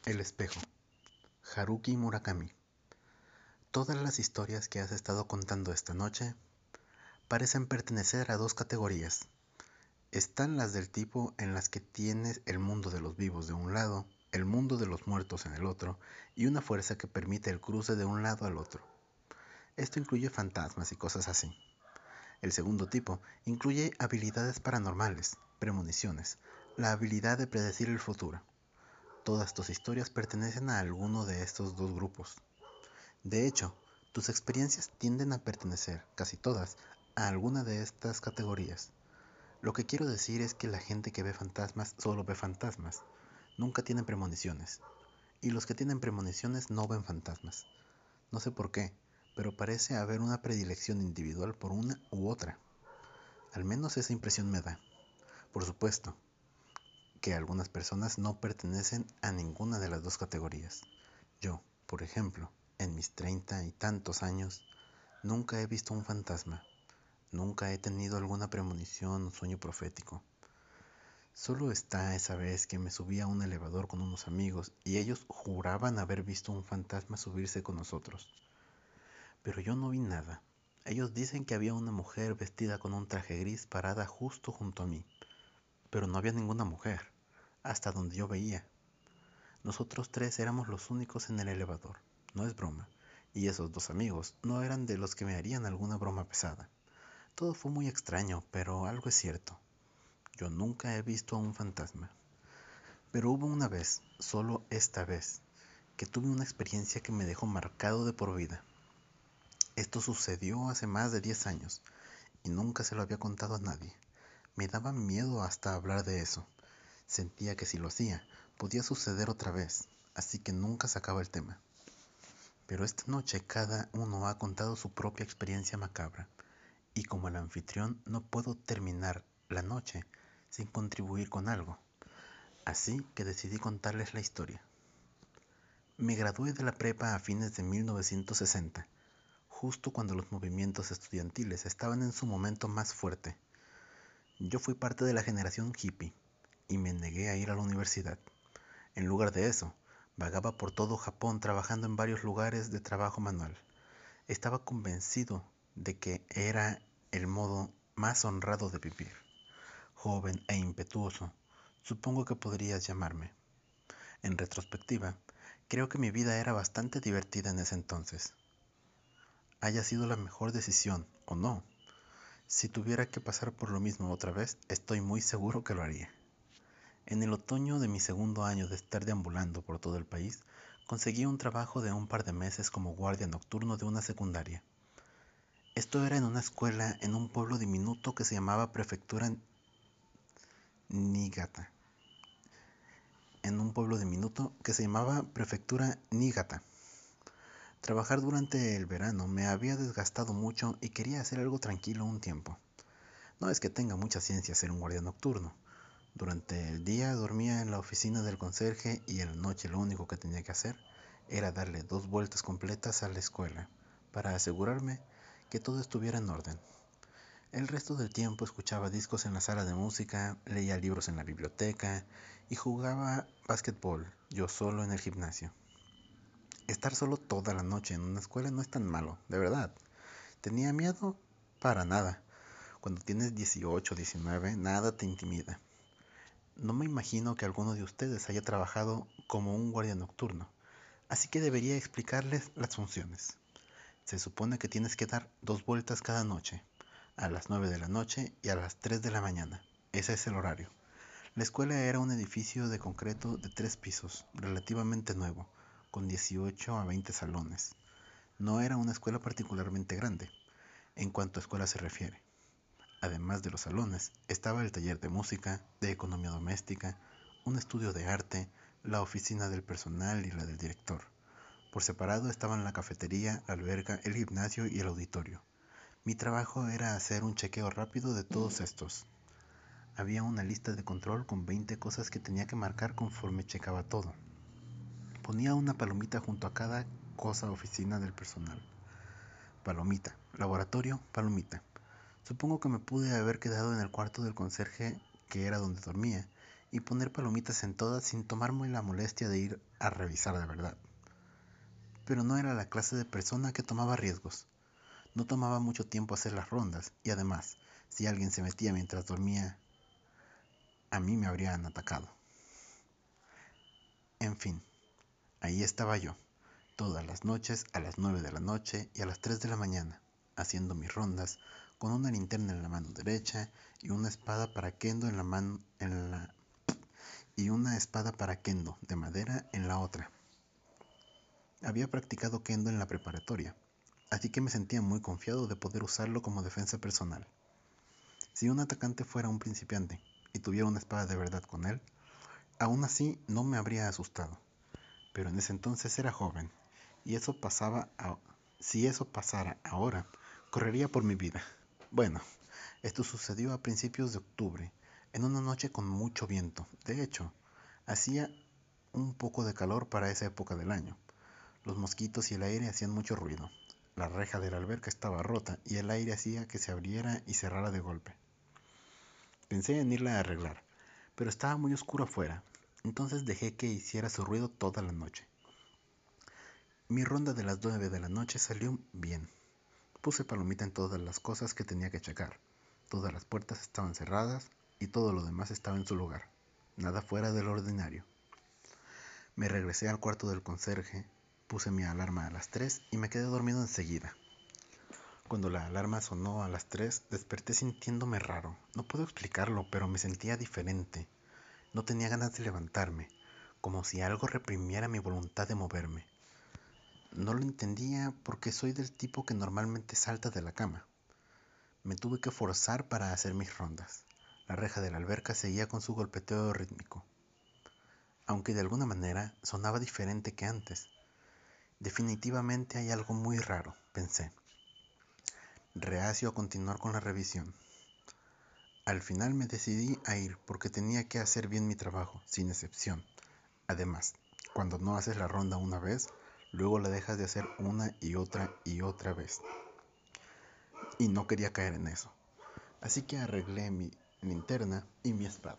El espejo, Haruki Murakami. Todas las historias que has estado contando esta noche parecen pertenecer a dos categorías. Están las del tipo en las que tienes el mundo de los vivos de un lado, el mundo de los muertos en el otro, y una fuerza que permite el cruce de un lado al otro. Esto incluye fantasmas y cosas así. El segundo tipo incluye habilidades paranormales, premoniciones, la habilidad de predecir el futuro. Todas tus historias pertenecen a alguno de estos dos grupos. De hecho, tus experiencias tienden a pertenecer, casi todas, a alguna de estas categorías. Lo que quiero decir es que la gente que ve fantasmas solo ve fantasmas, nunca tienen premoniciones. Y los que tienen premoniciones no ven fantasmas. No sé por qué, pero parece haber una predilección individual por una u otra. Al menos esa impresión me da. Por supuesto, que algunas personas no pertenecen a ninguna de las dos categorías. Yo, por ejemplo, en mis 30 y tantos años, nunca he visto un fantasma, nunca he tenido alguna premonición o sueño profético. Solo está esa vez que me subí a un elevador con unos amigos y ellos juraban haber visto un fantasma subirse con nosotros. Pero yo no vi nada. Ellos dicen que había una mujer vestida con un traje gris parada justo junto a mí, pero no había ninguna mujer, hasta donde yo veía. Nosotros tres éramos los únicos en el elevador, no es broma, y esos dos amigos no eran de los que me harían alguna broma pesada. Todo fue muy extraño, pero algo es cierto. Yo nunca he visto a un fantasma. Pero hubo una vez, solo esta vez, que tuve una experiencia que me dejó marcado de por vida. Esto sucedió hace más de 10 años, y nunca se lo había contado a nadie. Me daba miedo hasta hablar de eso. Sentía que si lo hacía, podía suceder otra vez, así que nunca sacaba el tema. Pero esta noche cada uno ha contado su propia experiencia macabra, y como el anfitrión no puedo terminar la noche sin contribuir con algo. Así que decidí contarles la historia. Me gradué de la prepa a fines de 1960, justo cuando los movimientos estudiantiles estaban en su momento más fuerte. Yo fui parte de la generación hippie y me negué a ir a la universidad. En lugar de eso, vagaba por todo Japón trabajando en varios lugares de trabajo manual. Estaba convencido de que era el modo más honrado de vivir. Joven e impetuoso, supongo que podrías llamarme. En retrospectiva, creo que mi vida era bastante divertida en ese entonces. Haya sido la mejor decisión o no, si tuviera que pasar por lo mismo otra vez, estoy muy seguro que lo haría. En el otoño de mi segundo año de estar deambulando por todo el país, conseguí un trabajo de un par de meses como guardia nocturno de una secundaria. Esto era en una escuela en un pueblo diminuto que se llamaba Prefectura Niigata. Trabajar durante el verano me había desgastado mucho y quería hacer algo tranquilo un tiempo. No es que tenga mucha ciencia ser un guardia nocturno. Durante el día dormía en la oficina del conserje y en la noche lo único que tenía que hacer era darle 2 vueltas completas a la escuela para asegurarme que todo estuviera en orden. El resto del tiempo escuchaba discos en la sala de música, leía libros en la biblioteca y jugaba básquetbol yo solo en el gimnasio. Estar solo toda la noche en una escuela no es tan malo, de verdad. ¿Tenía miedo? Para nada. Cuando tienes 18 o 19, nada te intimida. No me imagino que alguno de ustedes haya trabajado como un guardia nocturno, así que debería explicarles las funciones. Se supone que tienes que dar 2 vueltas cada noche, a las 9 de la noche y a las 3 de la mañana. Ese es el horario. La escuela era un edificio de concreto de 3 pisos, relativamente nuevo, con 18 a 20 salones. No era una escuela particularmente grande, en cuanto a escuela se refiere. Además de los salones, estaba el taller de música, de economía doméstica, un estudio de arte, la oficina del personal y la del director. Por separado estaban la cafetería, la alberca, el gimnasio y el auditorio. Mi trabajo era hacer un chequeo rápido de todos estos. Había una lista de control con 20 cosas que tenía que marcar conforme checaba todo. Ponía una palomita junto a cada cosa oficina del personal. Palomita, laboratorio, palomita. Supongo que me pude haber quedado en el cuarto del conserje, que era donde dormía, y poner palomitas en todas sin tomarme la molestia de ir a revisar de verdad. Pero no era la clase de persona que tomaba riesgos. No tomaba mucho tiempo hacer las rondas y además, si alguien se metía mientras dormía, a mí me habrían atacado. En fin, ahí estaba yo, todas las noches a las 9 de la noche y a las 3 de la mañana, haciendo mis rondas con una linterna en la mano derecha y una espada para kendo y una espada para kendo de madera en la otra. Había practicado kendo en la preparatoria, así que me sentía muy confiado de poder usarlo como defensa personal. Si un atacante fuera un principiante y tuviera una espada de verdad con él, aún así no me habría asustado. Pero en ese entonces era joven, y si eso pasara ahora, correría por mi vida. Bueno, esto sucedió a principios de octubre, en una noche con mucho viento. De hecho, hacía un poco de calor para esa época del año. Los mosquitos y el aire hacían mucho ruido. La reja de la alberca estaba rota y el aire hacía que se abriera y cerrara de golpe. Pensé en irla a arreglar, pero estaba muy oscuro afuera, entonces dejé que hiciera su ruido toda la noche. Mi ronda de las 9 de la noche salió bien. Puse palomita en todas las cosas que tenía que checar. Todas las puertas estaban cerradas y todo lo demás estaba en su lugar. Nada fuera del ordinario. Me regresé al cuarto del conserje, puse mi alarma a las 3 y me quedé dormido enseguida. Cuando la alarma sonó a las 3, desperté sintiéndome raro. No puedo explicarlo, pero me sentía diferente. No tenía ganas de levantarme, como si algo reprimiera mi voluntad de moverme. No lo entendía porque soy del tipo que normalmente salta de la cama. Me tuve que forzar para hacer mis rondas. La reja de la alberca seguía con su golpeteo rítmico, aunque de alguna manera sonaba diferente que antes. Definitivamente hay algo muy raro, pensé, reacio a continuar con la revisión. Al final me decidí a ir porque tenía que hacer bien mi trabajo, sin excepción. Además, cuando no haces la ronda una vez, luego la dejas de hacer una y otra vez. Y no quería caer en eso. Así que arreglé mi linterna y mi espada.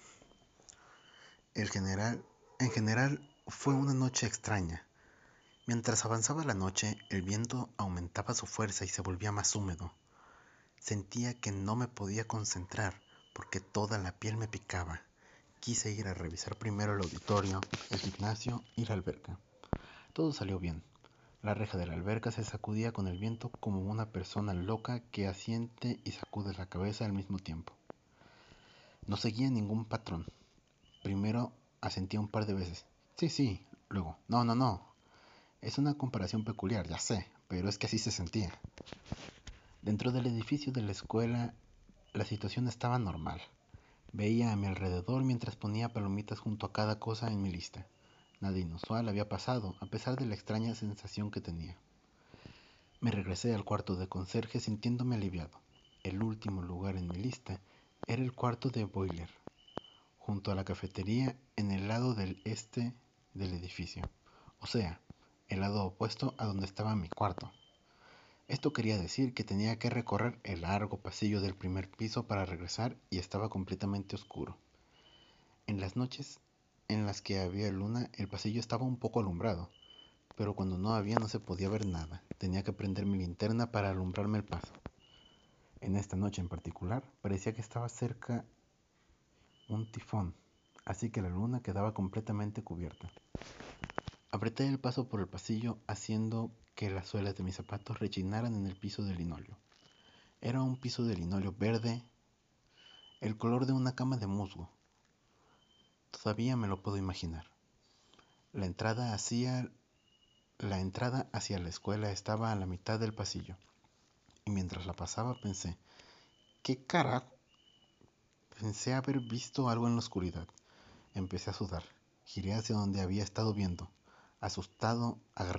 En general fue una noche extraña. Mientras avanzaba la noche, el viento aumentaba su fuerza y se volvía más húmedo. Sentía que no me podía concentrar porque toda la piel me picaba. Quise ir a revisar primero el auditorio, el gimnasio y la alberca. Todo salió bien. La reja de la alberca se sacudía con el viento como una persona loca que asiente y sacude la cabeza al mismo tiempo. No seguía ningún patrón. Primero asentía un par de veces. Sí, sí. Luego, no, no, no. Es una comparación peculiar, ya sé, pero es que así se sentía. Dentro del edificio de la escuela, la situación estaba normal. Veía a mi alrededor mientras ponía palomitas junto a cada cosa en mi lista. Nada inusual había pasado, a pesar de la extraña sensación que tenía. Me regresé al cuarto de conserje sintiéndome aliviado. El último lugar en mi lista era el cuarto de boiler, junto a la cafetería en el lado del este del edificio, o sea, el lado opuesto a donde estaba mi cuarto. Esto quería decir que tenía que recorrer el largo pasillo del primer piso para regresar y estaba completamente oscuro. En las noches en las que había luna, el pasillo estaba un poco alumbrado, pero cuando no había no se podía ver nada. Tenía que prender mi linterna para alumbrarme el paso. En esta noche en particular, parecía que estaba cerca un tifón, así que la luna quedaba completamente cubierta. Apreté el paso por el pasillo, haciendo que las suelas de mis zapatos rechinaran en el piso de linóleo. Era un piso de linóleo verde, el color de una cama de musgo. Todavía me lo puedo imaginar. La entrada hacia la escuela estaba a la mitad del pasillo, y mientras la pasaba pensé, ¿qué carajo? Pensé haber visto algo en la oscuridad. Empecé a sudar. Giré hacia donde había estado viendo. Asustado,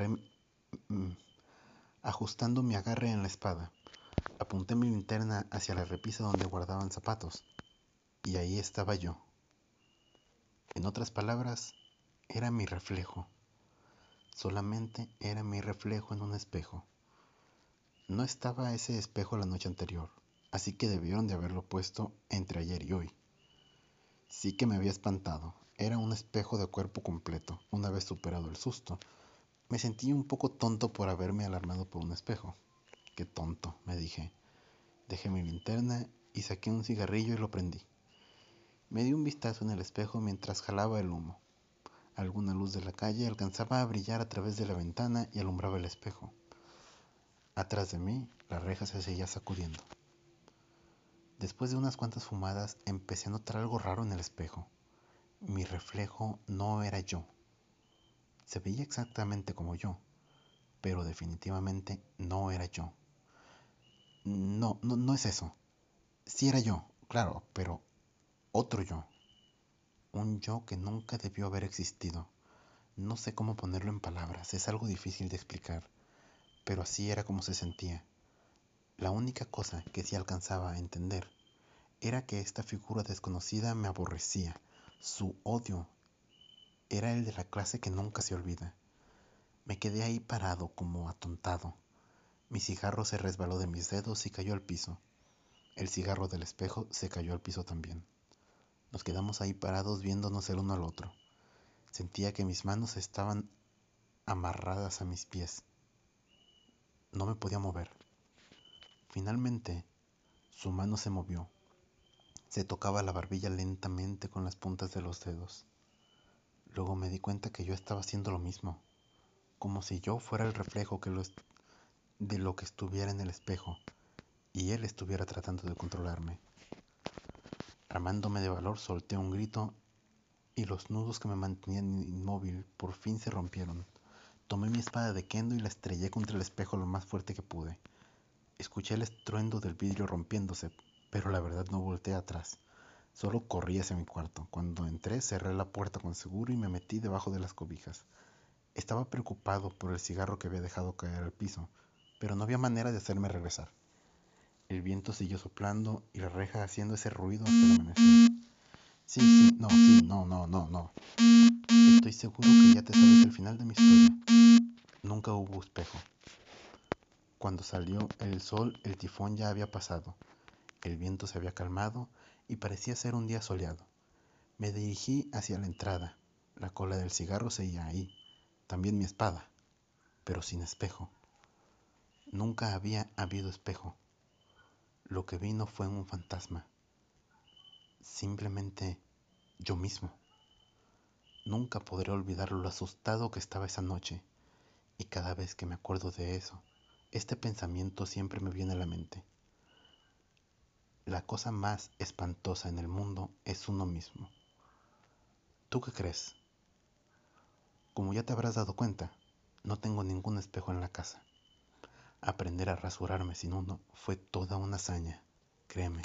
ajustando mi agarre en la espada. Apunté mi linterna hacia la repisa donde guardaban zapatos. Y ahí estaba yo. En otras palabras, era mi reflejo. Solamente era mi reflejo en un espejo. No estaba ese espejo la noche anterior, así que debieron de haberlo puesto entre ayer y hoy. Sí que me había espantado. Era un espejo de cuerpo completo. Una vez superado el susto, me sentí un poco tonto por haberme alarmado por un espejo. Qué tonto, me dije. Dejé mi linterna y saqué un cigarrillo y lo prendí. Me di un vistazo en el espejo mientras jalaba el humo. Alguna luz de la calle alcanzaba a brillar a través de la ventana y alumbraba el espejo. Atrás de mí, la reja se seguía sacudiendo. Después de unas cuantas fumadas, empecé a notar algo raro en el espejo. Mi reflejo no era yo. Se veía exactamente como yo, pero definitivamente no era yo. No es eso. Sí era yo, claro, pero otro yo. Un yo que nunca debió haber existido. No sé cómo ponerlo en palabras, es algo difícil de explicar, pero así era como se sentía. La única cosa que sí alcanzaba a entender era que esta figura desconocida me aborrecía. Su odio era el de la clase que nunca se olvida. Me quedé ahí parado como atontado. Mi cigarro se resbaló de mis dedos y cayó al piso. El cigarro del espejo se cayó al piso también. Nos quedamos ahí parados viéndonos el uno al otro. Sentía que mis manos estaban amarradas a mis pies. No me podía mover. Finalmente, su mano se movió. Se tocaba la barbilla lentamente con las puntas de los dedos. Luego me di cuenta que yo estaba haciendo lo mismo, como si yo fuera el reflejo de lo que estuviera en el espejo y él estuviera tratando de controlarme. Armándome de valor, solté un grito y los nudos que me mantenían inmóvil por fin se rompieron. Tomé mi espada de kendo y la estrellé contra el espejo lo más fuerte que pude. Escuché el estruendo del vidrio rompiéndose, pero la verdad no volteé atrás. Solo corrí hacia mi cuarto. Cuando entré, cerré la puerta con seguro y me metí debajo de las cobijas. Estaba preocupado por el cigarro que había dejado caer al piso, pero no había manera de hacerme regresar. El viento siguió soplando y la reja haciendo ese ruido hasta el amanecer. Sí, no. Estoy seguro que ya te sabes el final de mi historia. Nunca hubo espejo. Cuando salió el sol, el tifón ya había pasado. El viento se había calmado y parecía ser un día soleado. Me dirigí hacia la entrada. La cola del cigarro seguía ahí. También mi espada, pero sin espejo. Nunca había habido espejo. Lo que vi no fue un fantasma. Simplemente yo mismo. Nunca podré olvidar lo asustado que estaba esa noche. Y cada vez que me acuerdo de eso, este pensamiento siempre me viene a la mente. La cosa más espantosa en el mundo es uno mismo. ¿Tú qué crees? Como ya te habrás dado cuenta, no tengo ningún espejo en la casa. Aprender a rasurarme sin uno fue toda una hazaña, créeme.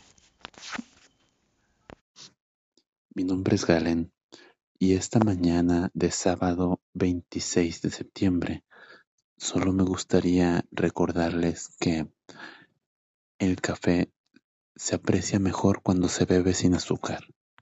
Mi nombre es Galen y esta mañana de sábado 26 de septiembre solo me gustaría recordarles que el café se aprecia mejor cuando se bebe sin azúcar.